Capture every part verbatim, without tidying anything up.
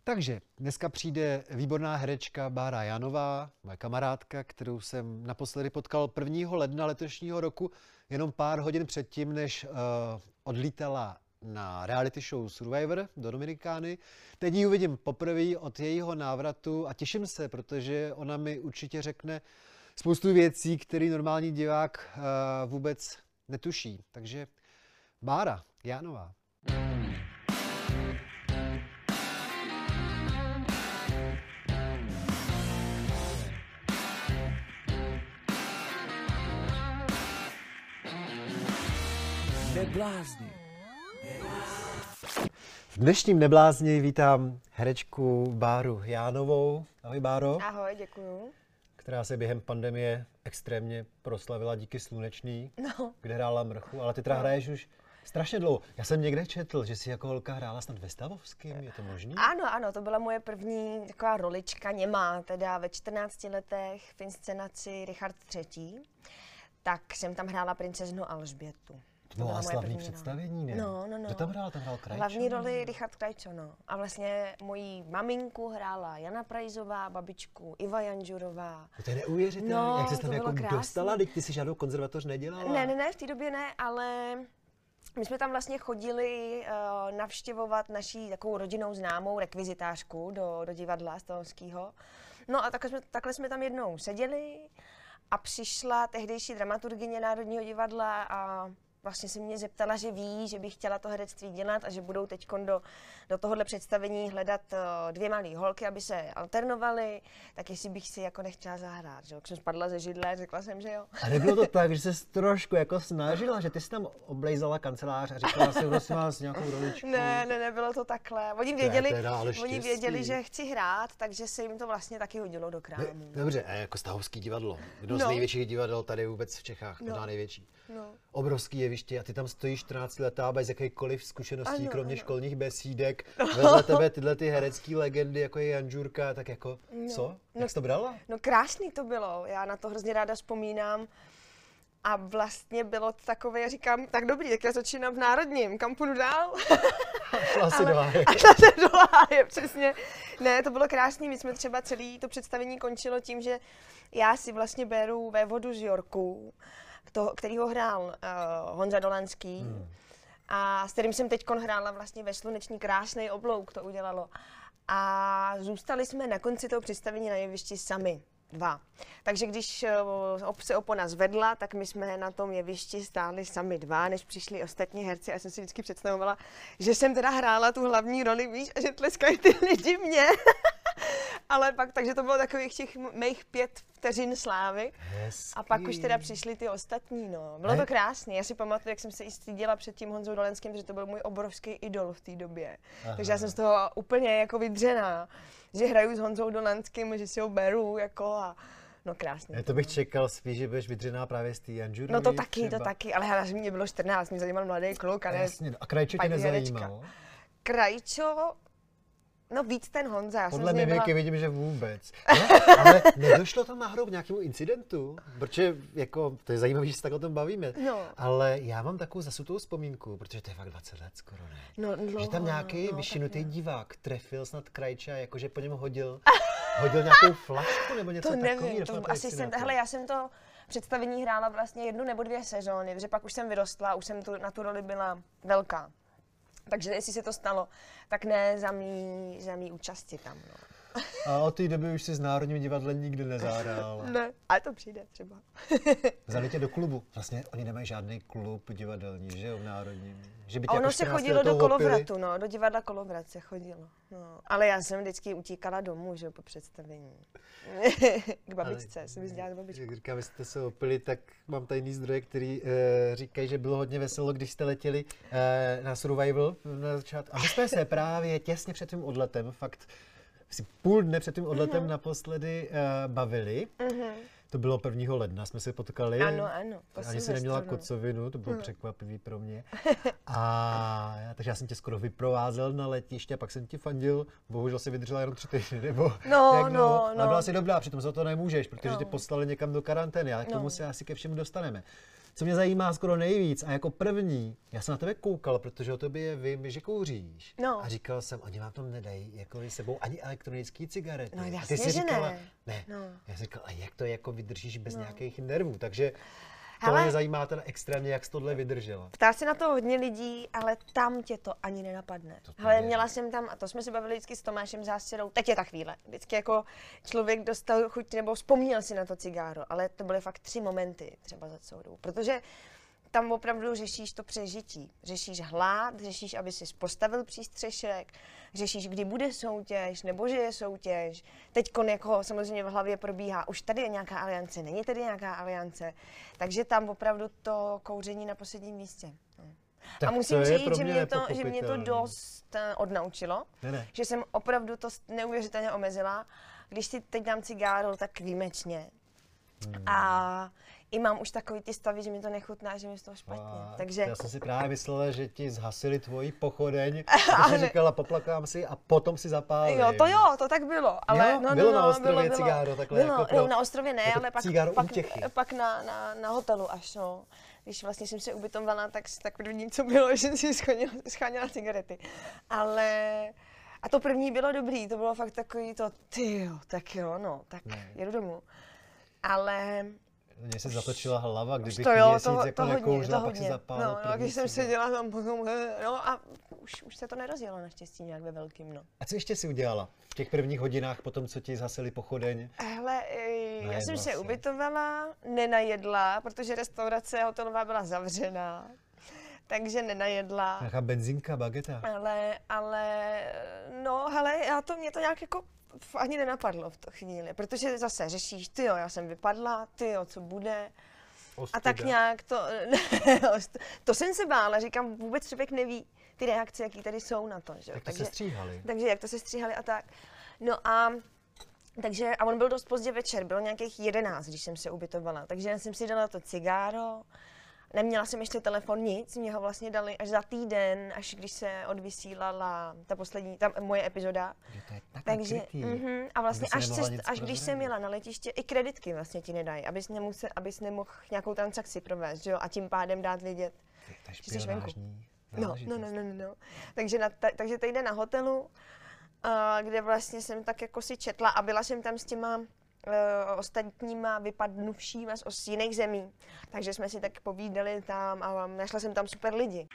Takže dneska přijde výborná herečka Bára Jánová, moje kamarádka, kterou jsem naposledy potkal prvního ledna letošního roku, jenom pár hodin předtím, než uh, odlítala na reality show Survivor do Dominikány. Teď ji uvidím poprvé od jejího návratu a těším se, protože ona mi určitě řekne spoustu věcí, které normální divák uh, vůbec netuší. Takže Bára Jánová. Neblázni. V dnešním Neblázni vítám herečku Báru Jánovou. Ahoj Báro. Ahoj, děkuju. Která se během pandemie extrémně proslavila díky Slunečný, no. kde hrála Mrchu, ale ty teda hraješ už strašně dlouho. Já jsem někde četl, že jsi jako holka hrála snad ve Stavovském, je to možný? Ano, ano, to byla moje první taková rolička němá, teda ve čtrnácti letech v inscenaci Richard třetí. Tak jsem tam hrála princeznu Alžbětu. No a slavný představení, ne? No, no, no. Kdo tam hrál? Tam hrál Krajčo? Hlavní roli Richard Krajčo, no. A vlastně moji maminku hrála Jana Prajzová, babičku Iva Janžurová. To je neuvěřitelné, no, jak jsi tam jako krásný. dostala, teď ty si žádnou konzervatoř nedělala? Ne, ne, ne, v té době ne, ale my jsme tam vlastně chodili uh, navštěvovat naší takovou rodinnou známou rekvizitářku do, do divadla Stavovského. No a takhle jsme, takhle jsme tam jednou seděli a přišla tehdejší dramaturgyně Národního divadla a vlastně se mě zeptala, že ví, že bych chtěla to herectví dělat a že budou teď do, do tohohle představení hledat uh, dvě malé holky, aby se alternovaly, tak jestli bych si jako nechtěla zahrát, že jo. Když jsem spadla ze židle, řekla jsem, že jo. A nebylo to tak, že jsi trošku jako snažila, že ty jsi tam oblejzala kancelář a říkala si, prosím vás, nějakou roličku? Ne, ne, nebylo to takhle. Oni věděli, teda, oni věděli, že chci hrát, takže se jim to vlastně taky hodilo do krámu. Ne, dobře, a jako Stavovský divadlo, jedno no. z největších divadel tady vůbec v Čechách, možná no. největší. No. Obrovský jeviště a ty tam stojíš čtrnáct letá bez jakýchkoliv zkušeností, ano, kromě ano. školních besídek. Vedle tebe tyhle ty herecké legendy, jako je Janžurka, tak jako, no. co? No, Jak jsi to brala? No krásný to bylo, já na to hrozně ráda vzpomínám. A vlastně bylo to takové, já říkám, tak dobrý, tak já začínám v Národním, kam půjdu dál? Asi do háje. A zase do háje, přesně. Ne, to bylo krásný, my jsme třeba celé to představení končilo tím, že já si vlastně beru vévodu z Yorku, toho, kterýho hrál uh, Honza Dolanský, hmm. a s kterým jsem teď hrála vlastně ve Sluneční, krásný oblouk to udělalo. A zůstali jsme na konci toho představení na jevišti sami. Dva. Takže když uh, se opona zvedla, tak my jsme na tom jevišti stáli sami dva, než přišli ostatní herci. A já jsem si vždycky představovala, že jsem teda hrála tu hlavní roli, víš, a že tleskají ty lidi mě. Ale pak, takže to bylo takových těch mých pět vteřin slávy. Hezký. A pak už teda přišli ty ostatní, no. Bylo to krásné. Já si pamatuju, jak jsem se i stydila před tím Honzou Dolenským, protože to byl můj obrovský idol v té době. Aha. Takže já jsem z toho úplně jako vydřená, že hraju s Honzou Dolenským, že si ho beru, jako a no krásně. Já to bych čekal spíš, že budeš vydřená právě z té Janžurový. No to taky, třeba. to taky, ale hlavně mě bylo čtrnáct, mě zajímal mladý kluk a ne. Jasně, a Krajčo tě nezajímalo? Krajčo, no víc ten Honza, já Podle jsem z něj mimiky byla... vidím, že vůbec. No, ale nedošlo tam náhodou k nějakému incidentu? Protože jako, to je zajímavé, že se tak o tom bavíme. No. Ale já mám takovou zasutou vzpomínku, protože to je fakt dvacet let skoro, ne? No, no, že tam nějaký no, vyšinutý divák trefil snad Krajča, jakože po něm hodil, hodil nějakou flašku nebo něco to takového. Nevím, to asi jsem, hele, já jsem to představení hrála vlastně jednu nebo dvě sezóny, protože pak už jsem vyrostla, už jsem tu, na tu roli byla velká. Takže jestli se to stalo, tak ne za mý, za mý účasti tam, no. A od té doby už si s Národním divadlem nikdy nezahrála. Ne, ale to přijde třeba. Vzali tě do klubu. Vlastně oni nemají žádný klub divadelní, že jo, v Národním. Že by tě ono jako se chodilo do Kolovratu, no, do divadla Kolovrat se chodilo. No. Ale já jsem vždycky utíkala domů, že jo, po představení. K babičce, ale, jsem dělala babičku. Jak říkám, jestli jste se opili, tak mám tajný zdroje, který e, říkají, že bylo hodně veselo, když jste letěli e, na Survival na začátku. A my jsme se právě těsně před tím odletem, fakt si půl dne před tím odletem mm-hmm. naposledy e, bavili. Mm-hmm. To bylo prvního ledna, jsme se potkali. Ano, ano. Ani si neměla kocovinu, to bylo hmm. překvapivý pro mě. A takže já jsem tě skoro vyprovázel na letiště a pak jsem ti fandil. Bohužel si vydržela jenom tři týdny, nebo no, jak no, no. Ale byla si dobrá, přitom za to nemůžeš, protože no. tě poslali někam do karantény, ale k tomu no. se asi ke všemu dostaneme. co mě zajímá skoro nejvíc a jako první, já jsem na tebe koukal, protože o tobě vím, že kouříš. No. A říkal jsem, oni vám tam nedají jako s sebou ani elektronické cigarety. No a jasně, ty jsi že říkala, ne. ne. No. Já jsem říkal, a jak to jako vydržíš bez No. nějakých nervů, takže Hele, to mě zajímá teda extrémně, jak jsi tohle vydržela. Ptá se na to hodně lidí, ale tam tě to ani nenapadne. To Hele, je. měla jsem tam, a to jsme se bavili vždycky s Tomášem Zásterou, teď je ta chvíle. Vždycky jako člověk dostal chuť nebo vzpomněl si na to cigáro, ale to byly fakt tři momenty třeba za celou dobu. Protože tam opravdu řešíš to přežití. Řešíš hlad, řešíš, aby si postavil přístřešek, řešíš, kdy bude soutěž, nebo že je soutěž. Teď jako samozřejmě v hlavě probíhá, už tady je nějaká aliance, není tady nějaká aliance. Takže tam opravdu to kouření na posledním místě. Tak a musím to je říct, pro že mě mě, to, že mě to nepochopitelný. dost uh, odnaučilo. Ne, ne. Že jsem opravdu to neuvěřitelně omezila. Když si teď dám cigáro, tak výjimečně. Hmm. A i mám už takový ty stavy, že mi to nechutná, že mi z toho špatně. A Takže... Já jsem si právě myslela, že ti zhasili tvoji pochodeň, a jsi říkala, poplakám si a potom si zapálím. Jo, to jo, to tak bylo. Ale Jo, no, bylo no, na no, ostrově bylo, bylo. cigáro, takhle bylo, jako pro- jo, na ostrově ne, jako ale pak, cigáro pak, útěchy. pak na, na, na hotelu až, no. Když vlastně jsem se ubytovala, tak, tak první, co bylo, že jsem si scháněla cigarety. Ale... A to první bylo dobrý, to bylo fakt takový to, tyjo, tak jo, no, tak Ne. jedu domů. Ale... Mně se zatočila hlava, kdybych to jo, měsíc to, jako to hodně, nekouřila, to pak si hodně. zapálil No, no, první když jsem cigáro. seděla tam potom, no a už, už se to nerozjelo naštěstí nějak ve velkým, no. A co ještě si udělala v těch prvních hodinách, potom co ti zhasili pochodeň? Hele, ej, já Najedla jsem se se. ubytovala, nenajedla, protože restaurace hotelová byla zavřená, takže nenajedla. Nějaká benzínka, bageta. Ale, ale, no, hele, já to, mě to nějak jako ani nenapadlo v tu chvíli, protože zase řešíš, ty jo, já jsem vypadla, ty jo, co bude. A tak nějak to, to jsem se bála, říkám, vůbec člověk neví ty reakce, jaký tady jsou na to, že jo. Jak to Takže, se stříhali? takže jak to se stříhali a tak. No a takže, a on byl dost pozdě večer, bylo nějakých jedenáct, když jsem se ubytovala, takže já jsem si dala to cigáro, neměla jsem ještě telefon, nic, mě ho vlastně dali až za týden, až když se odvysílala ta poslední, ta moje epizoda. Jo, to je takhle Takže, krytý. mm-hmm, a vlastně Aby si až, nemohla cest, nic až když jsem prozradit. jela na letiště, i kreditky vlastně ti nedají, abys, nemusel, abys nemohl nějakou transakci provést, že jo, a tím pádem dát vědět, To je že jsi venku. špionážní No, no, záležitost. no, no, no. Takže, na, ta, takže teď jde na hotelu, a kde vlastně jsem tak jako si četla a byla jsem tam s těma uh, ostatníma vypadnuvšíma z, z jiných zemí. Takže jsme si tak povídali tam a našla jsem tam super lidi.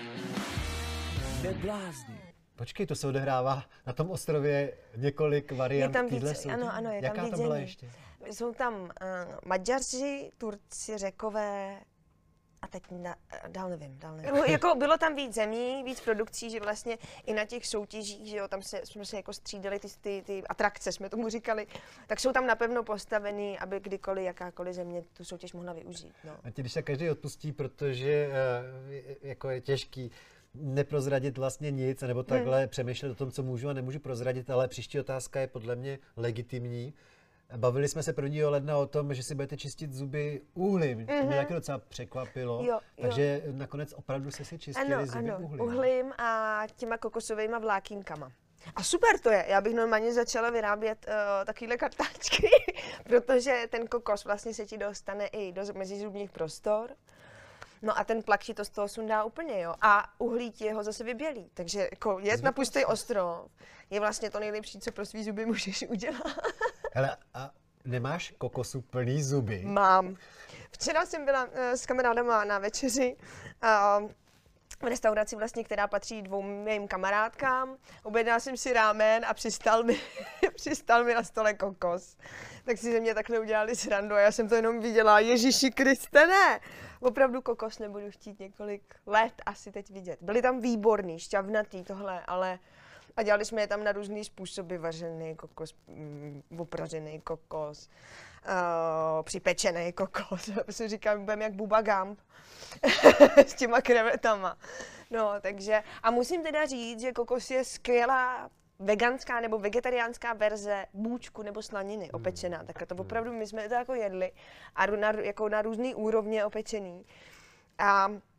Počkej, to se odehrává na tom ostrově několik variant Je tam téhle víc, soutěže? ano, ano, je Jaká tam víc tam byla zemí. ještě? Jsou tam uh, Maďaři, Turci, Řekové a teď na, dál nevím, dál nevím. Jako, jako bylo tam víc zemí, víc produkcí, že vlastně i na těch soutěžích, že jo, tam se, jsme se jako střídali ty, ty, ty atrakce, jsme tomu říkali, tak jsou tam napevno postavený, aby kdykoliv jakákoliv země tu soutěž mohla využít. No. A ti, když se každý odpustí, protože uh, jako je těžký neprozradit vlastně nic, nebo takhle hmm. přemýšlet o tom, co můžu a nemůžu prozradit, ale příští otázka je podle mě legitimní. Bavili jsme se prvního ledna o tom, že si budete čistit zuby uhlím. Mm-hmm. To mě taky docela překvapilo. Jo, jo. Takže nakonec opravdu se si čistili Ano, zuby ano, uhlím. uhlím a těma kokosovými vlákínkama. A super to je, já bych normálně začala vyrábět uh, takovýhle kartáčky, protože ten kokos vlastně se ti dostane i do mezizubních prostor. No a ten plak ti to z toho sundá úplně, jo. A uhlí ti ho zase vybělí. Takže jako jet na pustý ostrov je vlastně to nejlepší, co pro svý zuby můžeš udělat. Hele, a nemáš kokosu plný zuby? Mám. Včera jsem byla uh, s kamarádama na večeři. Uh, v restauraci vlastně, která patří dvou mým kamarádkám. Objednala jsem si rámen a přistal mi, přistal mi na stole kokos. Tak si ze mě takhle udělali srandu a já jsem to jenom viděla. Ježíši Kriste, ne! Opravdu kokos nebudu chtít několik let asi teď vidět. Byli tam výborný, šťavnatý tohle, ale a dělali jsme je tam na různý způsoby, vařený kokos, mm, opražený kokos, uh, připečený kokos. Já říkám, budeme jak Bubba Gump s těma krevetama. No, takže, a musím teda říct, že kokos je skvělá veganská nebo vegetariánská verze bůčku nebo slaniny opečená. Tak to opravdu my jsme to jako jedli a na, jako na různý úrovně opečený. A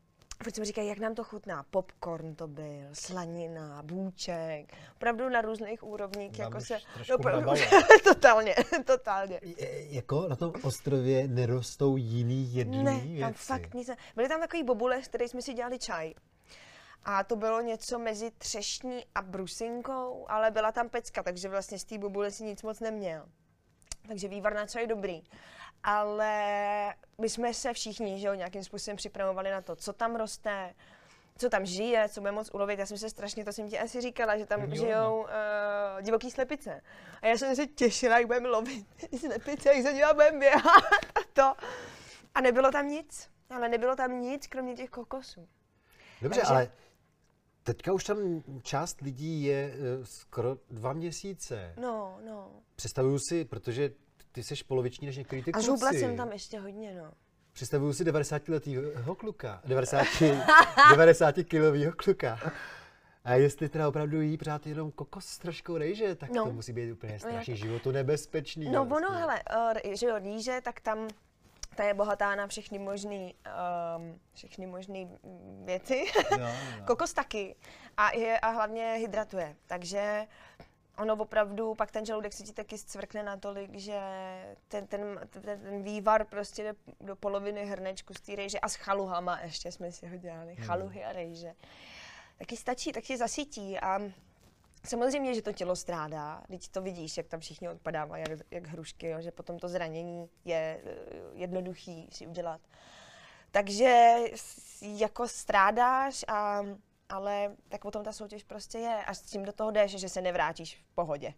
Furt jsem říkala, jak nám to chutná. Popcorn to byl, slanina, bůček, opravdu na různých úrovních, jako se... No, totálně, totálně. Je, jako na tom ostrově nerostou jiný jedlý ne, věci? tam fakt nic. Byly tam takový bobule, z kterých jsme si dělali čaj. A to bylo něco mezi třešní a brusinkou, ale byla tam pecka, takže vlastně z té bobule si nic moc neměl. Takže vývar na čaj dobrý. Ale my jsme se všichni, že jo, nějakým způsobem připravovali na to, co tam roste, co tam žije, co bude moc ulovit. Já jsem se strašně, to jsem ti asi říkala, že tam jo, žijou uh, divoký slepice. A já jsem se těšila, jak budeme lovit slepice, jak za nimi budeme běhat a to. A nebylo tam nic, ale nebylo tam nic, kromě těch kokosů. Dobře, Takže... ale teďka už tam část lidí je uh, skoro dva měsíce. No, no. Představuju si, protože ty jsi poloviční než některý ty kluci. A žubla jsem tam ještě hodně, no. Představuju si devadesátiletýho kluka, devadesátikilovýho kluka. A jestli teda opravdu jí pořád jenom kokos s troškou rejže, tak no. to musí být úplně strašně životu nebezpečný. No vlastně. ono, hele, uh, že jo, rýže, tak tam ta je bohatá na všechny možný, um, všechny možný věci. No, no. Kokos taky. A, je, a hlavně hydratuje. Takže ono opravdu, pak ten žaludek se ti taky zcvrkne natolik, že ten, ten, ten, ten vývar prostě jde do poloviny hrnečku z té rejže a s chaluhama ještě jsme si ho dělali, hmm. chaluhy a rejže. Taky stačí, tak si zasytí a samozřejmě, že to tělo strádá, teď to vidíš, jak tam všichni odpadávají, jak, jak hrušky, jo, že potom to zranění je jednoduchý si udělat. Takže jako strádáš a ale tak potom ta soutěž prostě je a s tím do toho jdeš, že se nevrátíš v pohodě.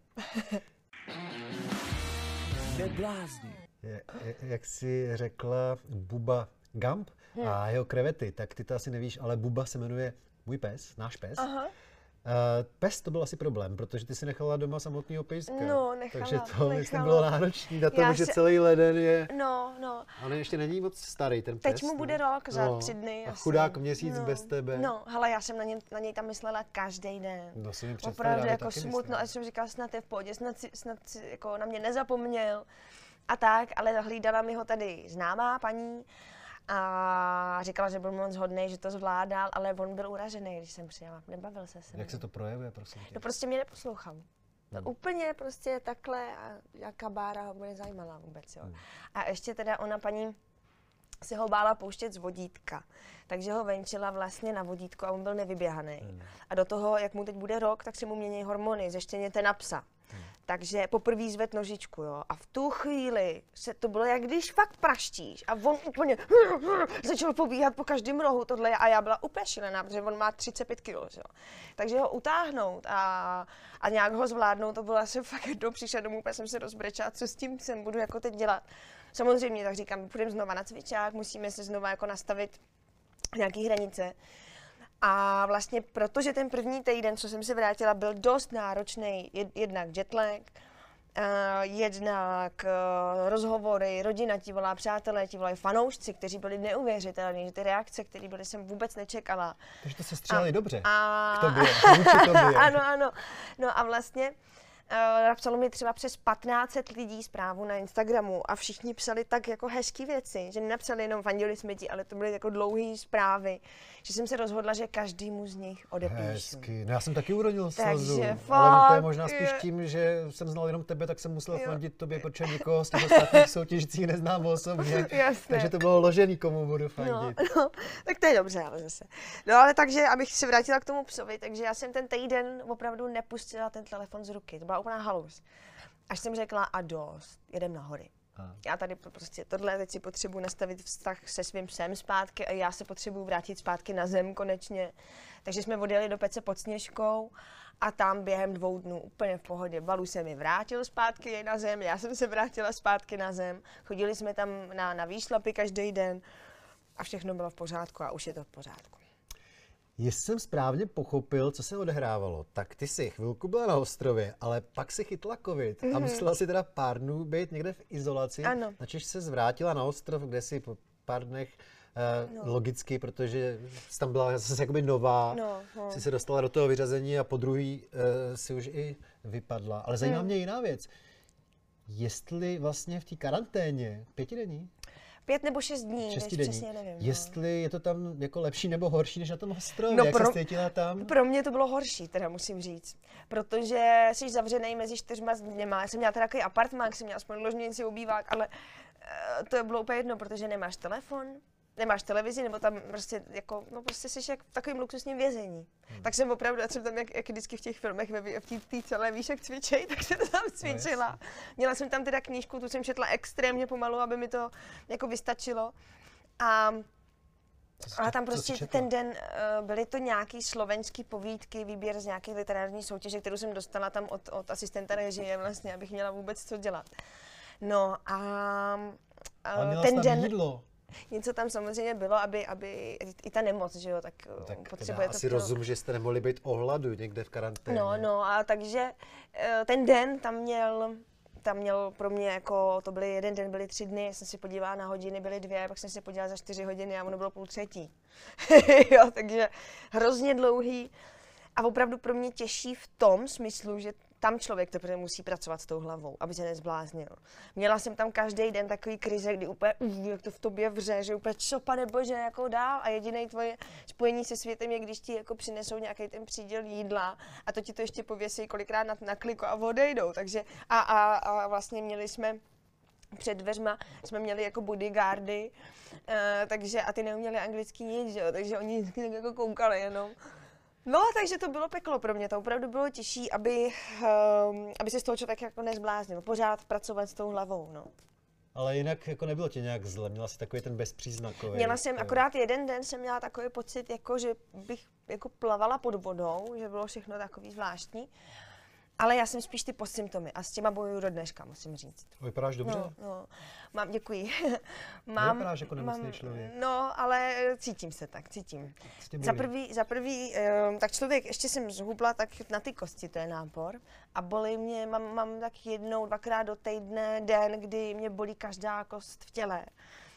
je, jak jsi řekla Bubba Gump hmm. a jeho krevety, tak ty to asi nevíš, ale Bubba se jmenuje můj pes, náš pes. Aha. Uh, pes to byl asi problém, protože ty si nechala doma samotného pejska. No, nechala, takže to nechala. myslím bylo náročné na tom, že si... celý leden je... No, no. Ale ještě není moc starý ten Teď pes. mu bude no. rok za no. tři dny. A asi. chudák měsíc no. bez tebe. No, hele, já jsem na, ně, na něj tam myslela každý den. No, si mi opravdu jako smutno, a jsem říkala, snad je v pohodě, snad, si, snad si, jako na mě nezapomněl a tak, ale hlídala mi ho tady známá paní. A říkala, že byl moc hodnej, že to zvládal, ale on byl uražený, když jsem přijela. Nebavil se se. Jak se to projevuje, prosím tě? No prostě mě neposlouchal. No, hmm. Úplně prostě takhle a jaká bára ho bude zajímala vůbec, jo. Hmm. A ještě teda ona paní si ho bála pouštět z vodítka, takže ho venčila vlastně na vodítko a on byl nevyběhaný. Hmm. A do toho, jak mu teď bude rok, tak si mu mění hormony, zeštěněte na psa. Hmm. Takže poprvé zved nožičku, jo. A v tu chvíli se to bylo, jak když fakt praštíš. A on úplně začal pobíhat po každém rohu tohle a já byla úplně šílená, protože on má třicet pět kilo, jo. Takže ho utáhnout a, a nějak ho zvládnout, to bylo asi fakt jednou, přišla domů, úplně jsem se rozbrečela, co s tím jsem budu jako teď dělat. Samozřejmě, tak říkám, půjdeme znova na cvičák, musíme se znova jako nastavit nějaký hranice. A vlastně protože ten první týden, co jsem se vrátila, byl dost náročný, jednak jetlag, uh, jednak uh, rozhovory, rodina ti volá, přátelé ti volají, fanoušci, kteří byli neuvěřitelní, že ty reakce, které byly, jsem vůbec nečekala. Takže to se stříleli dobře a... k tobě, vůči tobě. Ano, ano. No a vlastně Uh, napsalo mi třeba přes patnáct set lidí zprávu na Instagramu a všichni psali tak jako hezký věci, že nenapsali jenom fandili jsme ti, ale to byly jako dlouhé zprávy, že jsem se rozhodla, že každému z nich odepíšu. Hezky. No já jsem taky urodil slzu, ale fakt, to je možná spíš tím, že jsem znal jenom tebe, tak jsem musel jo. fandit tobě, protože nikoho z těch ostatních soutěžících neznám osobně. Takže to bylo ložený, komu budu fandit. No, no, tak to je dobře, ale zase. No ale takže, abych se vrátila k tomu psovi, takže já jsem ten týden opravdu nepustila ten telefon z ruky. To byla úplná halus. Až jsem řekla a dost, jedem na hory. A. Já tady prostě tohle teď si potřebuji nastavit vztah se svým psem zpátky a já se potřebuji vrátit zpátky na zem konečně. Takže jsme odjeli do Pece pod Sněžkou a tam během dvou dnů úplně v pohodě. Balu se mi vrátil zpátky na zem, já jsem se vrátila zpátky na zem. Chodili jsme tam na, na výšlapy každý den a všechno bylo v pořádku a už je to v pořádku. Jestli jsem správně pochopil, co se odehrávalo, tak ty jsi chvilku byla na ostrově, ale pak si chytla covid mm-hmm. a musela si teda pár dnů být někde v izolaci. Ano. Načež se zvrátila na ostrov, kde si po pár dnech eh, no. logicky, protože jsi tam byla zase jakoby nová, no, no. jsi se dostala do toho vyřazení a po druhý eh, si už i vypadla. Ale zajímá mm. mě jiná věc. Jestli vlastně v té karanténě, pětidenní? Pět nebo šest dní, Šesti než denní. přesně nevím. Jestli no. je to tam jako lepší nebo horší než na tom ostrově, No jak pro, se cítila tam? Pro mě to bylo horší, teda musím říct, protože jsi zavřený mezi čtyřma dněma. Já jsem měla teda takový apartmán, jsem měla aspoň ložnici, obývák, ale uh, to bylo úplně jedno, protože nemáš telefon, nemáš televizi, nebo tam prostě jako, no prostě jsi jak v takovém luxusním vězení. Hmm. Tak jsem opravdu, já jsem tam jak, jak vždycky v těch filmech, ve, v té celé víš, jak cvičej, tak jsem tam cvičila. No, měla jsem tam teda knížku, tu jsem četla extrémně pomalu, aby mi to jako vystačilo. A A tam prostě ten den uh, byly to nějaký slovenský povídky, výběr z nějaké literární soutěže, kterou jsem dostala tam od, od asistenta režie vlastně, abych měla vůbec co dělat. No a uh, ten den... jídlo. Něco tam samozřejmě bylo, aby, aby i ta nemoc, že jo, tak, tak potřebuje to. Asi pro... rozum, že jste nemohli být o hladu někde v karanténě. No, no a takže uh, ten den tam měl... Tam měl pro mě jako, to byly jeden den, byly tři dny, jsem si podívala na hodiny, byly dvě, pak jsem si podívala za čtyři hodiny a ono bylo půl třetí. Jo, takže hrozně dlouhý a opravdu pro mě těžší v tom smyslu, že tam člověk teprve musí pracovat s tou hlavou, aby se nezbláznil. Měla jsem tam každý den takový krize, kdy úplně, uf, jak to v tobě vře, že úplně co, pane bože, jako dál a jediné tvoje spojení se světem je, když ti jako přinesou nějaký ten příděl jídla a to ti to ještě pověsí kolikrát na, na kliko a odejdou, takže a, a, a vlastně měli jsme před dveřma jsme měli jako bodyguardy, uh, takže a ty neuměli anglicky nic, jo, takže oni vždycky tak jako koukali jenom. No, takže to bylo peklo pro mě, to opravdu bylo těžší, aby, um, aby se z toho člověk jako nezbláznil, pořád pracovat s tou hlavou, no. Ale jinak jako nebylo ti nějak zle, měla jsi takový ten bezpříznakový. Měla jsem, akorát jeden den jsem měla takový pocit, jako, že bych jako plavala pod vodou, že bylo všechno takový zvláštní. Ale já jsem spíš ty postsymptomy a s těma bojuju do dneška, musím říct. Vypadáš dobře? No, no. Mám, děkuji. mám, Vypadáš jako nemocný člověk. No, ale cítím se tak, cítím. Za prvý, za prvý um, tak člověk, ještě jsem zhubla tak na ty kosti, to je nápor. A bolí mě, mám, mám tak jednou, dvakrát do týdne den, kdy mě bolí každá kost v těle.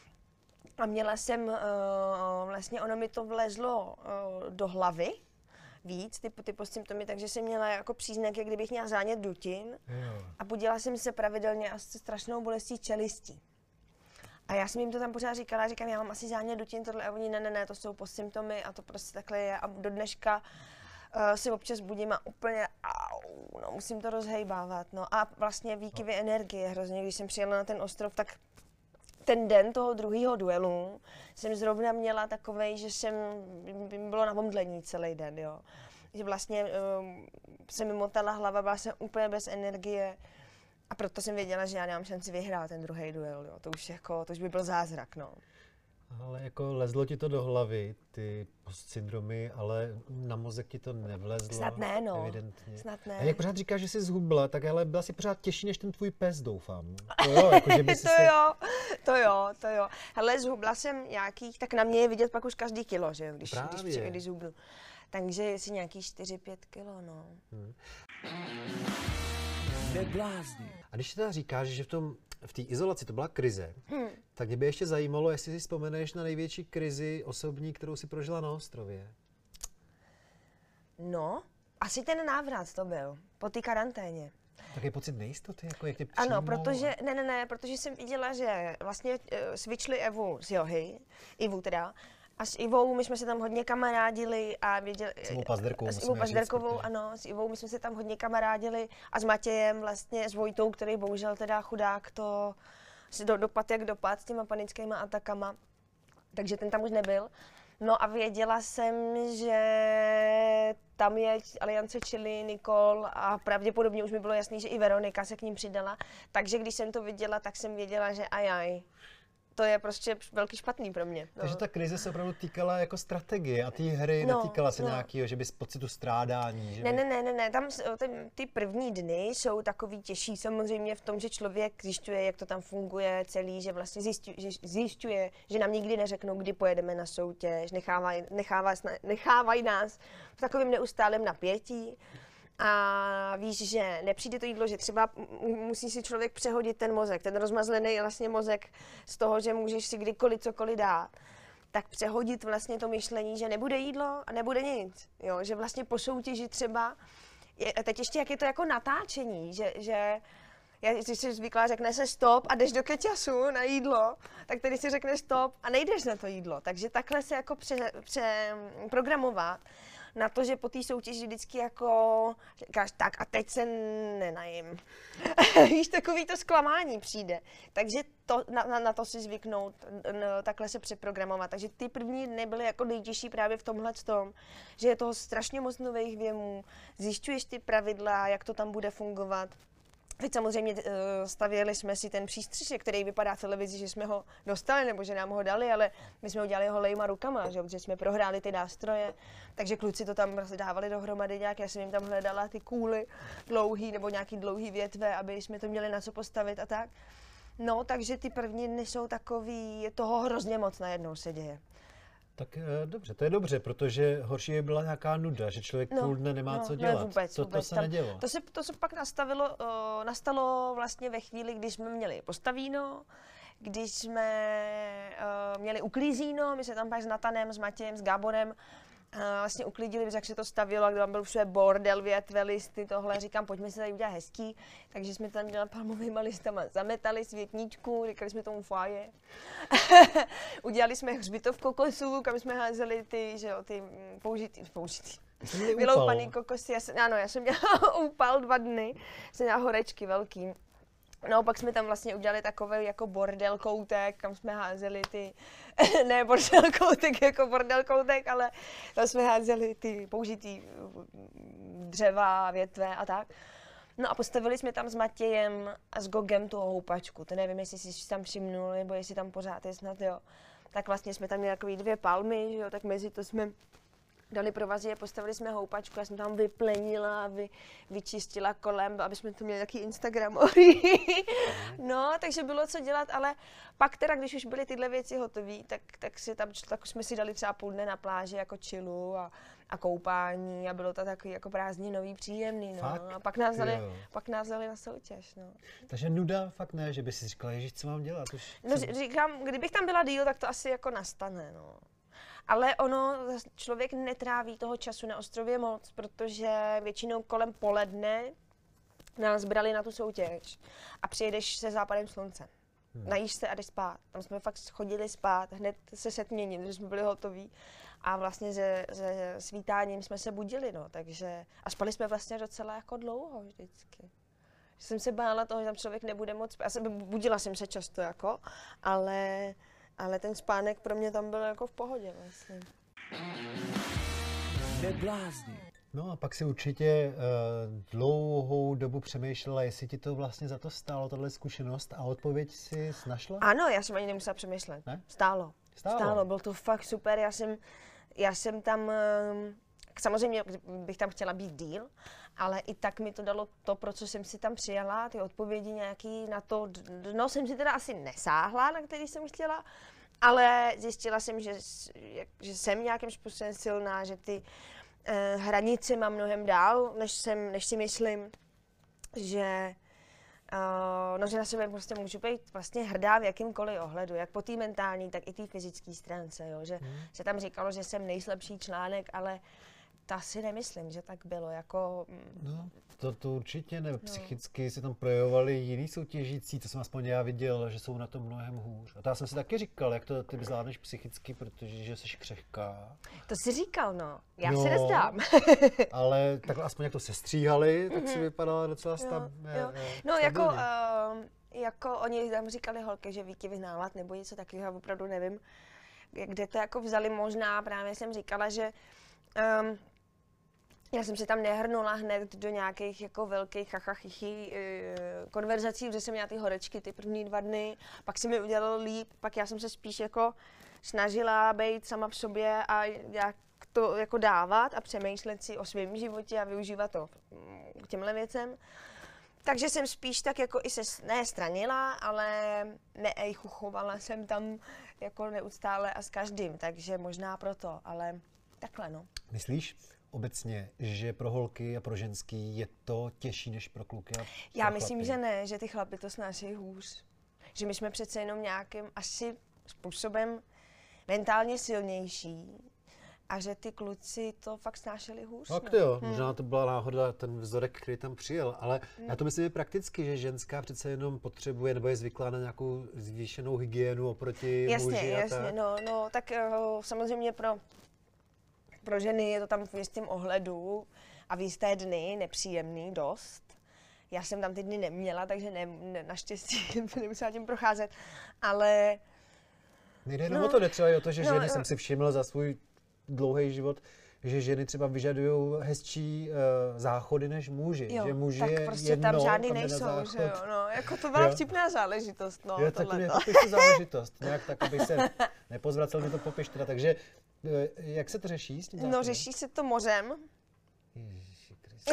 A měla jsem, uh, vlastně ono mi to vlezlo uh, do hlavy. Víc, ty, ty postsymptomy, takže jsem měla jako příznak, jak kdybych měla zánět dutin jo. A budila jsem se pravidelně a se strašnou bolestí čelistí. A já jsem jim to tam pořád říkala, říkám, já mám asi zánět dutin, tohle, a oni ne, ne, ne, to jsou postsymptomy a to prostě takhle je a do dneška uh, si občas budím a úplně, au, no, musím to rozhejbávat, no a vlastně výkyvy no. energie hrozně, když jsem přijela na ten ostrov, tak ten den toho druhého duelu jsem zrovna měla takovej, že jsem, bylo na omdlení celý den, jo. Že vlastně um, se mi motala hlava, byla jsem úplně bez energie a proto jsem věděla, že já nemám šanci vyhrát ten druhý duel, jo. To už jako, to už by byl zázrak, no. Ale jako lezlo ti to do hlavy, ty postsyndromy, ale na mozek ti to nevlezlo. Snad ne, no. Evidentně. Snad ne. A jak pořád říkáš, že jsi zhubla, tak ale byla jsi pořád těžší než ten tvůj pes, doufám. To jo, jako, že by to se... jo, to jo, to jo. Hele, zhubla jsem nějakých, tak na mě je vidět pak už každý kilo, že jo, když, když, když zhubnu. Takže jestli nějaký čtyři pět kilo, no. Hmm. A když teda říkáš, že v tom v té izolaci to byla krize, hmm. tak mě by ještě zajímalo, jestli si vzpomeneš na největší krizi osobní, kterou si prožila na ostrově. No, asi ten návrat to byl, po té karanténě. Takový pocit nejistoty, jako jak tě přijmou? Ano, protože, ne, ne, ne, protože jsem viděla, že vlastně uh, switchli Evu z johy, Ivu teda, a s Ivou my jsme se tam hodně kamarádili a věděli... S Ivou Pazderkovou. S Ivou Pazderkovou, ano, s Ivou my jsme se tam hodně kamarádili a s Matějem vlastně, s Vojtou, který bohužel teda chudák to si do, dopad jak dopad s těma panickýma atakama, takže ten tam už nebyl. No a věděla jsem, že tam je Aliance Chili, Nikol a pravděpodobně už mi bylo jasný, že i Veronika se k ním přidala, takže když jsem to viděla, tak jsem věděla, že ajaj. To je prostě velký špatný pro mě. No. Takže ta krize se opravdu týkala jako strategie a té hry no, netýkala se no. nějakého, že bys pocitu strádání. Že ne, by... ne, ne, ne, ne, tam ty, ty první dny jsou takový těžší samozřejmě v tom, že člověk zjišťuje, jak to tam funguje celý, že vlastně zjišťuje, že, zjišťuje, že nám nikdy neřeknou, kdy pojedeme na soutěž, nechávají, nechávají, nechávají nás v takovém neustálém napětí. A víš, že nepřijde to jídlo, že třeba musí si člověk přehodit ten mozek, ten rozmazlený vlastně mozek z toho, že můžeš si kdykoliv cokoliv dát, tak přehodit vlastně to myšlení, že nebude jídlo a nebude nic, jo, že vlastně po soutěži třeba, je, teď ještě jak je to jako natáčení, že, že Já, když jsi zvyklá, řekne se stop a jdeš do keťasu na jídlo, tak tady si řekneš stop a nejdeš na to jídlo. Takže takhle se jako přeprogramovat na to, že po té soutěži vždycky jako říkáš tak a teď se nenajím. Víš, takový to zklamání přijde. Takže to, na, na, na to si zvyknout, no, takhle se přeprogramovat. Takže ty první dny byly jako nejtěžší právě v tomhle tom, že je toho strašně moc nových věmů, zjišťuješ ty pravidla, jak to tam bude fungovat. Teď samozřejmě uh, stavěli jsme si ten přístřešek, který vypadá v televizi, že jsme ho dostali nebo že nám ho dali, ale my jsme ho dělali holejma rukama, že, protože jsme prohráli ty nástroje, takže kluci to tam dávali dohromady nějak, já jsem jim tam hledala ty kůly dlouhý nebo nějaký dlouhý větve, aby jsme to měli na co postavit a tak. No, takže ty první dny jsou takový, toho hrozně moc najednou se děje. Tak e, dobře, to je dobře, protože horší je byla nějaká nuda, že člověk no, půl dne nemá no, co dělat. Ne, vůbec, to, vůbec. to se Tam, nedělo. To se, to se pak nastavilo, uh, nastalo vlastně ve chvíli, když jsme měli postavíno, když jsme uh, měli uklízíno, my jsme tam pak s Natanem, s Matějem, s Gáborem uh, vlastně uklidili, jak se to stavilo, a kde tam byl všude bordel, větve, listy, tohle, říkám, pojďme se tady udělat hezký, takže jsme tam dělali palmovýma listama, zametali světničku, říkali jsme tomu foaje. Udělali jsme hřbitov kokosů, kam jsme házeli ty, že jo, ty použitý, použitý. Vyloupaný kokosy, já jsem, ano, já jsem dělala úpal dva dny, jsem měla horečky velký. No, pak jsme tam vlastně udělali takový jako bordel koutek, kam jsme házeli ty, ne bordel koutek jako bordel koutek, ale tam jsme házeli ty použitý dřeva, větve a tak. No a postavili jsme tam s Matějem a s Gogem tu houpačku, to nevím, jestli jsi tam všimnul, nebo jestli tam pořád je snad, jo. Tak vlastně jsme tam měli takový dvě palmy, že jo, tak mezi to jsme dali provazy a postavili jsme houpačku, já jsem tam vyplenila, vy, vyčistila kolem, aby jsme to měli taky Instagramový. No, takže bylo co dělat, ale pak teda, když už byly tyhle věci hotové, tak, tak, si tam, tak jsme si dali třeba půl dne na pláži jako chillu a, a koupání a bylo to takový jako prázdninový, příjemný, no. Fakt? A pak nás, dali, pak nás dali na soutěž, no. Takže nuda fakt ne, že by si říkala, ježiš, co mám dělat? Už no říkám, kdybych tam byla díl, tak to asi jako nastane, no. Ale ono, člověk netráví toho času na ostrově moc, protože většinou kolem poledne nás brali na tu soutěž a přijedeš se západem slunce. Hmm. Najíš se a jdeš spát. Tam jsme fakt chodili spát, hned se setměnit, že jsme byli hotoví. A vlastně se, se svítáním jsme se budili, no, takže a spali jsme vlastně docela jako dlouho vždycky. Jsem se bála toho, že tam člověk nebude moc spát. Já jsem, budila jsem se často, jako, ale... Ale ten spánek pro mě tam byl jako v pohodě vlastně. No a pak si určitě uh, dlouhou dobu přemýšlela, jestli ti to vlastně za to stálo, tahle zkušenost, a odpověď si našla? Ano, já jsem ani nemusela přemýšlet. Ne? Stálo. Stálo. Stálo, byl to fakt super. Já jsem, já jsem tam, uh, samozřejmě bych tam chtěla být díl, ale i tak mi to dalo to, pro co jsem si tam přijala, ty odpovědi nějaký na to, no jsem si teda asi nesáhla, na který jsem chtěla, ale zjistila jsem, že, že jsem nějakým způsobem silná, že ty eh, hranice mám mnohem dál, než, jsem, než si myslím, že, uh, no, že na sebe prostě můžu být vlastně hrdá v jakýmkoliv ohledu, jak po té mentální, tak i té fyzické stránce, jo? Že hmm. se tam říkalo, že jsem nejslabší článek, ale to si nemyslím, že tak bylo, jako... No, to, to určitě ne. Psychicky no. si tam projevovali jiný soutěžící, to jsem aspoň já viděl, že jsou na tom mnohem hůř. A to já jsem si taky říkal, jak to ty zvládneš psychicky, protože že jsi křehká. To jsi říkal, no. Já no, se nezdám. Ale takhle aspoň jak to sestříhali, tak si vypadala docela stav... Jo. No, jako, uh, jako oni tam říkali holky, že Víky vyhnávat nebo něco takového, opravdu nevím, kde to jako vzali. Možná právě jsem říkala, že um, já jsem se tam nehrnula hned do nějakých jako velkých chachachichy uh, konverzací, protože jsem měla ty horečky ty první dva dny, pak se mi udělalo líp, pak já jsem se spíš jako snažila být sama v sobě a jak to jako dávat a přemýšlet si o svém životě a využívat to k těmhle věcem. Takže jsem spíš tak jako i se ne stranila, ale neejchuchovala jsem tam jako neustále a s každým, takže možná proto, ale takhle no. Myslíš obecně, že pro holky a pro ženský je to těžší než pro kluky a pro Já myslím, chlapy? že ne, že ty chlapy to snášejí hůř. Že my jsme přece jenom nějakým asi způsobem mentálně silnější a že ty kluci to fakt snášeli hůř. Tak no. jo, Hmm. možná to byla náhoda, ten vzorek, který tam přijel, ale Hmm. já to myslím je prakticky, že ženská přece jenom potřebuje nebo je zvyklá na nějakou zvýšenou hygienu oproti Jasně, muži a jasně, tak. no, no, tak uh, samozřejmě pro, pro ženy je to tam v jistém ohledu a v jisté dny nepříjemný dost. Já jsem tam ty dny neměla, takže ne, ne, naštěstí nemusela tím procházet, ale Nejde jenom No. o to, jde třeba i o to, že No, ženy, jo. jsem si všiml za svůj dlouhý život, že ženy třeba vyžadují hezčí uh, záchody než muži. jo, Že muži tak je prostě jedno, tam žádný kam jde na nejsou, záchod. že jo, no, jako to byla Jo. vtipná záležitost, no, Jo, tak tohleto. nějak popiš záležitost, nějak tak, abych se nepozvracel, mi to popiš teda. Takže eh, jak se to řeší s tím No, záchodem? řeší se to mořem, Ježiši Kriste.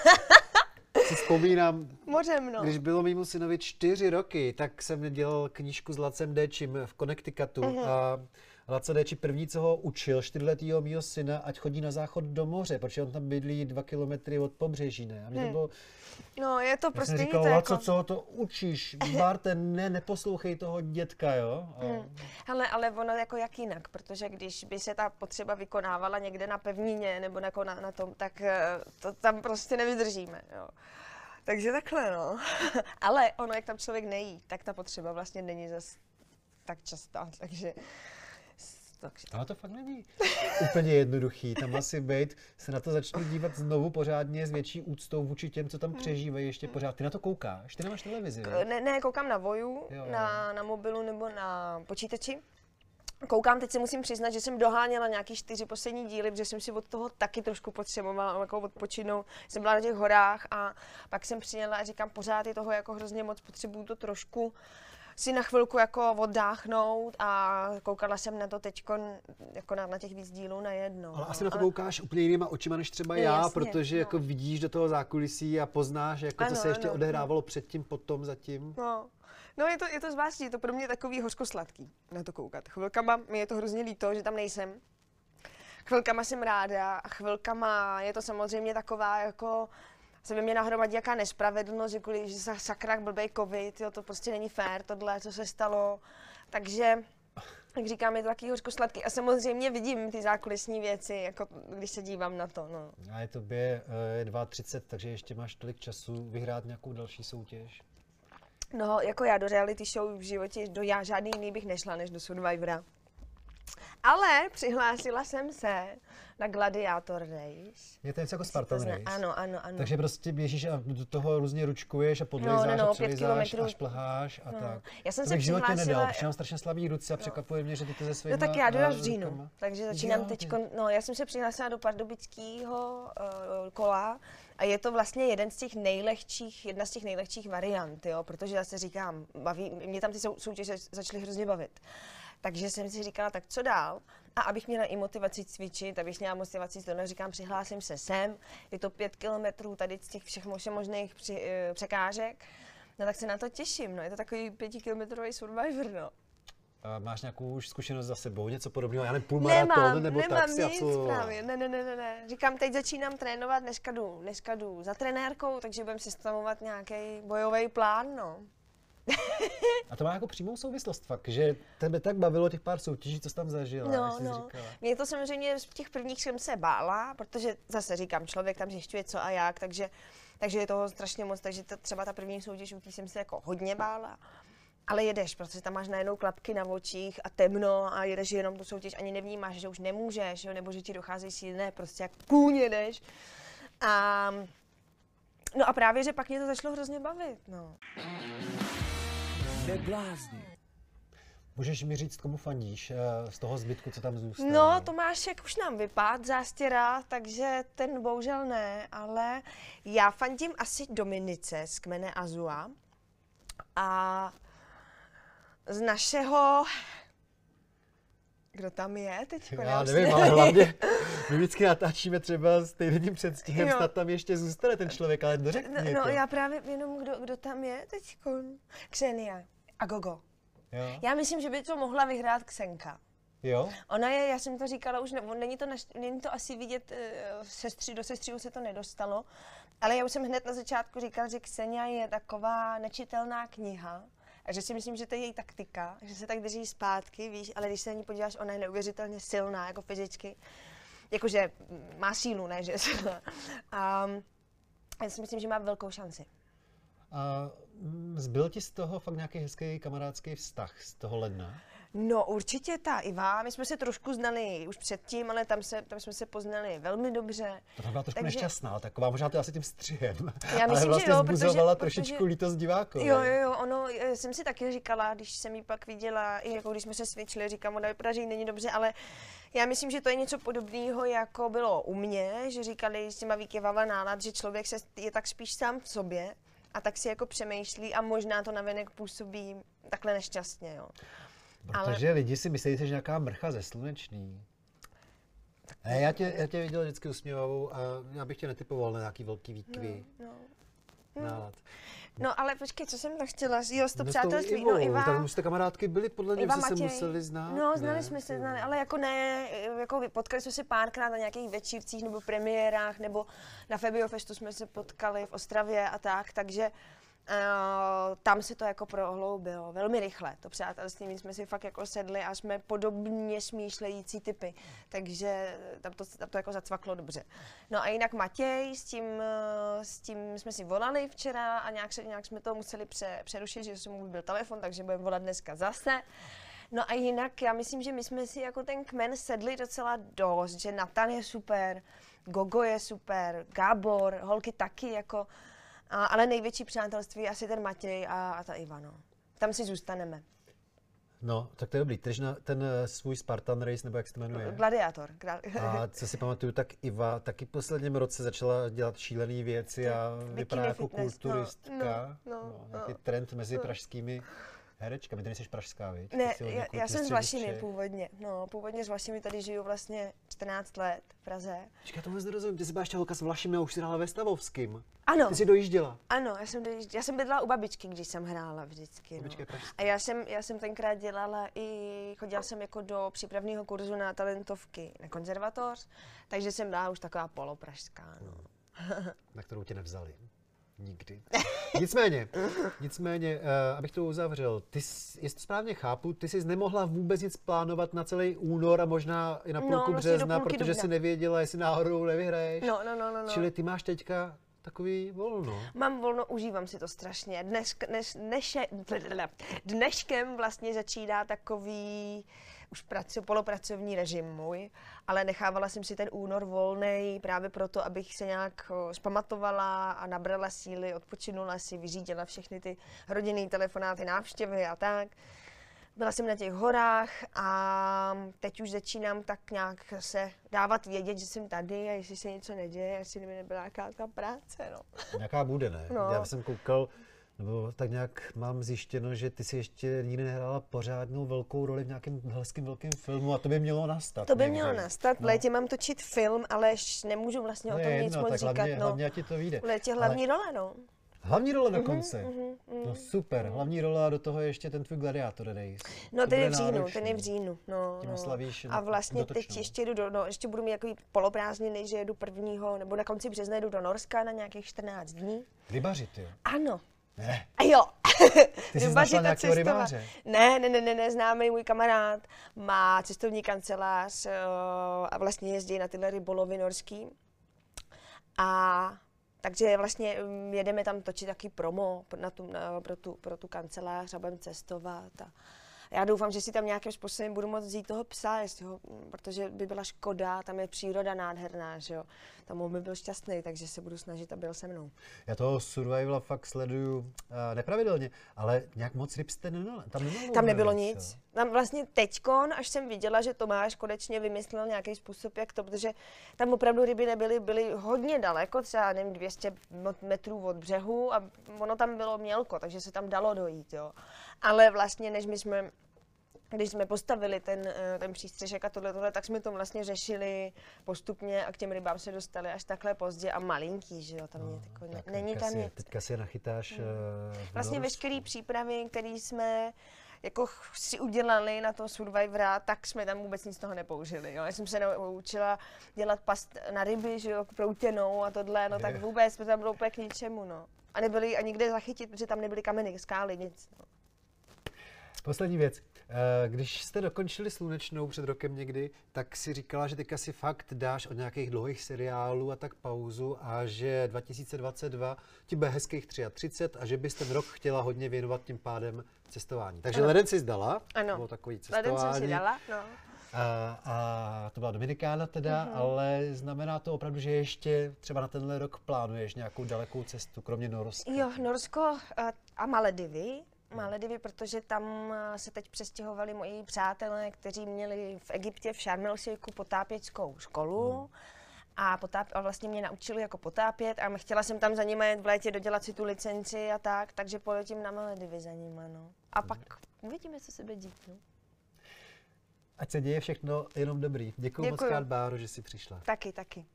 Si vzpomínám, mořem, no. když bylo mému synovi čtyři roky, tak jsem dělal knížku s Lacem Déčim v Connecticutu Mhm. a Laco Déči první, co ho učil, čtyřletýho mýho syna, ať chodí na záchod do moře, protože on tam bydlí dva kilometry od pobřeží, ne? A mě to Hmm. bylo, No, je to já prostě, jsem říkal, to Laco, jako... co ho to učíš? Barte, ne, neposlouchej toho dětka, jo? A Hmm. Hele, ale ono jako jak jinak, protože když by se ta potřeba vykonávala někde na pevnině nebo jako na, na tom, tak eh, to tam prostě nevydržíme, jo. Takže takhle, no. Ale ono, jak tam člověk nejí, tak ta potřeba vlastně není zas tak častá, takže... takže Ale to fakt není úplně jednoduchý. Tam asi bejt se na to začnu dívat znovu pořádně s větší úctou vůči těm, co tam přežívají ještě pořád. Ty na to koukáš? Ty nemáš televizi, ne? ne, ne, koukám na Voju, Jo, jo. na, na mobilu nebo na počítači. Koukám, teď si musím přiznat, že jsem doháněla nějaký čtyři poslední díly, protože jsem si od toho taky trošku potřebovala jako odpočinout. Jsem byla na těch horách a pak jsem přijela a říkám, pořád je toho jako hrozně moc, potřebuju to trošku si na chvilku jako oddáchnout a koukala jsem na to teďko jako na, na těch víc dílů najednou. Ale asi na to koukáš úplně jinýma očima než třeba já, Jasně, protože no. jako vidíš do toho zákulisí a poznáš, jako Ano, to se ještě ano, odehrávalo předtím, potom, zatím. No, no je to, je to zvláštní, je to pro mě takový hořkosladký na to koukat. Chvilkama mi je to hrozně líto, že tam nejsem. Chvilkama jsem ráda a chvilkama je to samozřejmě taková jako se ve mně nahromadí jaká nespravedlnost, že kvůli že sa- sakra blbej covid, jo, to prostě není fér, tohle, co se stalo. Takže, jak říkám, je to takový hořkosladký. A samozřejmě vidím ty zákulisní věci, jako když se dívám na to, no. A je tobě eh, je třicet dva, takže ještě máš tolik času vyhrát nějakou další soutěž. No, jako já do reality show v životě, do já žádný jiný bych nešla, než do Survivora. Ale přihlásila jsem se na Gladiator Race. Je to něco jako To Spartan zna- Race. Ano, ano, ano. Takže prostě běžíš a do toho různě ručkuješ a podlejzáš No, no, no, a pět přelejzáš kilometrů. a šplháš a No. tak. Já jsem To se bych v životě přihlásila... nedal, protože mám strašně slabý ruce a překvapuje mě, že ty to ze svýma No tak já jdu až eh, v říjnu, rukama. takže začínám Jo, teď, ty- no já jsem se přihlásila do pardubického uh, kola a je to vlastně jeden z těch nejlehčích, jedna z těch nejlehčích variant, jo, protože já se říkám, baví, mě tam ty sou, soutěže začaly hrozně bavit. Takže jsem si říkala, tak co dál? A abych měla i motivaci cvičit, abych měla motivaci, to říkám, přihlásím se sem, je to pět kilometrů tady z těch všech možných při, uh, překážek, no tak se na to těším, no, je to takový pětikilometrový Survivor, no. A máš nějakou už zkušenost za sebou, něco podobného, já nevím, půlmaraton Nemám, nebo nemám tak si nic absolvovala? právě, ne, ne, ne, ne, ne. Říkám, teď začínám trénovat, dneska jdu, dneska jdu za trenérkou, takže budeme sestavovat nějaký bojový plán, no. A to má jako přímou souvislost fakt, že tebe tak bavilo těch pár soutěží, co jsi tam zažila, No, jak jsi no. říkala. Mě to samozřejmě v těch prvních jsem se bála, protože zase říkám, člověk tam zjišťuje co a jak, takže, takže je toho strašně moc, takže to, třeba ta první soutěž, u té jsem se jako hodně bála. Ale jedeš, protože tam máš najednou klapky na očích a temno a jedeš jenom tu soutěž, ani nevnímáš, že už nemůžeš, jo, nebo že ti docházejí síly, ne, prostě jak kůň jedeš. A, no a právě, že pak mě to začalo hrozně bavit, no. Můžeš mi říct, komu fandíš eh, z toho zbytku, co tam zůstalo? No, Tomášek už nám vypadl, zástěra, takže ten bohužel ne, ale já fandím asi Dominice z kmene Azua a z našeho... Kdo tam je teď? Já nevím, ale hlavně my vždycky natáčíme třeba s týdenním předstihem, Jo. snad tam ještě zůstane ten člověk, ale dořekni No, jako. no já právě jenom, kdo, kdo tam je teď? Ksenia a Gogo. Jo? Já myslím, že by to mohla vyhrát Ksenka. Jo? Ona je, já jsem to říkala už, ne, není, to naš, není to asi vidět, uh, sestři, do sestřiů se to nedostalo, ale já už jsem hned na začátku říkala, že Ksenia je taková nečitelná kniha a že si myslím, že to je její taktika, že se tak drží zpátky, víš, ale když se na ní podíváš, ona je neuvěřitelně silná, jako fyzicky. jakože má sílu, ne, že a já si myslím, že má velkou šanci. A zbyl ti z toho fakt nějaký hezký kamarádský vztah z toho ledna? No určitě ta Iva, my jsme se trošku znali už předtím, ale tam, se, tam jsme se poznali velmi dobře. To tam byla trošku Takže... nešťastná, taková možná to asi tím střihem, já myslím, ale vlastně že jo, zbuzovala protože, trošičku protože... lítost diváků. Jo, jo, jo, ono, jsem si taky říkala, když jsem ji pak viděla, i jako když jsme se svičili, říkám, ona vypadá, že jí není dobře, ale já myslím, že to je něco podobného, jako bylo u mě, že říkali, že má výkyvavá nálad, že člověk se je tak spíš sám v sobě a tak si jako přemýšlí a možná to navenek působí takhle nešťastně, jo. Protože ale... lidi si myslí, že nějaká mrcha ze Slunečný. Ne, já tě, já tě viděl vždycky usměvavou a já bych tě netypoval na nějaký velký výkvy. No, no. Nálad. No ale počkej, co jsem to chtěla? Jo, to no přátelství. Ivou, No Iva. Tak už jste kamarádky byli, podle mě, že se museli znát. No, znali ne? jsme se, znali, ale jako ne, jako potkali jsme se párkrát na nějakých večírcích nebo premiérách, nebo na Febiofestu jsme se potkali v Ostravě a tak, takže Uh, tam se to jako prohloubilo velmi rychle, to přátelství, my jsme si fakt jako sedli a jsme podobně smýšlející typy, takže tam to, tam to jako zacvaklo dobře. No a jinak Matěj, s tím, s tím jsme si volali včera a nějak, se, nějak jsme to museli pře, přerušit, že jsem mu byl telefon, takže budeme volat dneska zase. No a jinak já myslím, že my jsme si jako ten kmen sedli docela dost, že Natan je super, Gogo je super, Gábor, holky taky jako. A, ale největší přátelství je asi ten Matěj a, a ta Iva, no. Tam si zůstaneme. No, tak to je dobrý. Tyž na ten svůj Spartan Race, nebo jak se to jmenuje? Gladiátor. A co si pamatuju, tak Iva taky v posledním roce začala dělat šílené věci a vypadá jako fitness, kulturistka. No, no, no, no, nějaký trend mezi no. pražskými herečkami. Ty nejsi pražská, viď? Ne, já, já jsem z Vlašimi původně. No, původně z Vlašimi, tady žiju vlastně čtrnáct let v Praze. Počkej, já to vůbec nerozumím. Ty jsi byla ještě holka s Vlašimi a už jsi hrála ve Stavovským. Ano. Ty jsi dojížděla. Ano, já jsem, dojížděla. Já jsem bydlela u babičky, když jsem hrála vždycky. No. A já jsem, já jsem tenkrát dělala i, chodila jsem jako do přípravného kurzu na talentovky na konzervatoř, takže jsem byla už taková polopražská. No. Na kterou tě nevzali. Nikdy. Nicméně, nicméně, uh, abych to uzavřel, ty, jestli to správně chápu, ty jsi nemohla vůbec nic plánovat na celý únor a možná i na půlku no, vlastně března, protože dubna. Jsi nevěděla, jestli náhodou nevyhraješ. No, no, no, no, no. Čili ty máš teďka takový volno. Mám volno, užívám si to strašně. Dnes, dnes, dneše, dneškem vlastně začíná takový už pracu, polopracovní režim můj, ale nechávala jsem si ten únor volnej právě proto, abych se nějak zpamatovala a nabrala síly, odpočinula si, vyřídila všechny ty rodinné telefonáty, návštěvy a tak. Byla jsem na těch horách a teď už začínám tak nějak se dávat vědět, že jsem tady a jestli se něco neděje, jestli by nebyla nějaká ta práce, no. Nějaká bude, ne? No. Já jsem koukal, nebo tak nějak mám zjištěno, že ty si ještě nikdy nehrála pořádnou velkou roli v nějakém hezkým velkým filmu a to by mělo nastat. To by někde. mělo nastat, v no. létě mám točit film, ale nemůžu vlastně no o tom jedno, nic moc tak říkat. Hlavně, no. hlavně ti to vyjde. V létě hlavní ale... role, no. Hlavní role dokonce. Uh-huh, uh-huh, uh-huh. No super, hlavní role a do toho ještě ten tvůj Gladiátor Race. No ten je v říjnu, ten je v říjnu. No, Tím no. oslavíš a vlastně dotočnou. Teď ještě jdu do, no, ještě budu mít takový poloprázdniny, že jedu prvního, nebo na konci března jedu do Norska na nějakých čtrnáct dní. Rybařit, jo? Ano. Ne. A jo. Ty jsi našla nějakého rybáře? Ne, ne, ne, ne, ne, známý můj kamarád má cestovní kancelář uh, a vlastně jezdí na tyhle rybolovy norský. A takže vlastně jedeme tam točit taky promo na tu, na, pro, tu, pro tu kancelář a budeme cestovat. A já doufám, že si tam nějakým způsobem budu moct vzít toho psa, jestli ho, protože by byla škoda, tam je příroda nádherná, že jo. Tam on by byl šťastný, takže se budu snažit, aby byl se mnou. Já toho survivala fakt sleduju uh, nepravidelně, ale nějak moc ryb jste nenal, tam nebylo. Tam nebylo nic. Tam vlastně teďkon, až jsem viděla, že Tomáš konečně vymyslel nějaký způsob, jak to, protože tam opravdu ryby nebyly, byly hodně daleko, třeba nevím, dvě stě metrů od břehu a ono tam bylo mělko, takže se tam dalo dojít, jo. Ale vlastně, než my jsme Když jsme postavili ten, ten přístřešek a tohle, tohle, tak jsme to vlastně řešili postupně a k těm rybám se dostali až takhle pozdě a malinký, že jo, tam je tako, ne, není tam nic. Teďka si je nachytáš hmm. uh, Vlastně veškeré přípravy, které jsme jako si udělali na toho Survivora, tak jsme tam vůbec nic z toho nepoužili, jo. Já jsem se naučila dělat past na ryby, že jo, proutěnou a tohle, no tak vůbec jsme tam bylo úplně k ničemu, no. A nebyli ani kde zachytit, protože tam nebyly kameny, skály, nic, no. Poslední věc. Když jste dokončili Slunečnou před rokem někdy, tak si říkala, že teďka si fakt dáš od nějakých dlouhých seriálů a tak pauzu a že dva tisíce dvacet dva ti bude hezkých třicet tři a že bys ten rok chtěla hodně věnovat tím pádem cestování. Takže ano. Leden si zdala, ano. bylo takový cestování. Leden jsem si dala, no. A, a to byla Dominikána teda, mm-hmm. ale znamená to opravdu, že ještě třeba na tenhle rok plánuješ nějakou dalekou cestu, kromě Norska? Jo, Norsko a Maledivy. Maledivy, protože tam se teď přestěhovali moji přátelé, kteří měli v Egyptě v Šarm el Šejchu potápěčskou školu. Hmm. A, potáp, a vlastně mě naučili jako potápět a chtěla jsem tam za nimi jet v létě dodělat si tu licenci a tak, takže poletím na Maledivy za nima, no. A hmm. pak uvidíme, co se bude dít, no. Ať se děje všechno jenom dobrý. Děkuju moc krát, Báro, že jsi přišla. Taky, taky.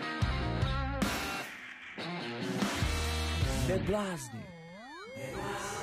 Neblázni.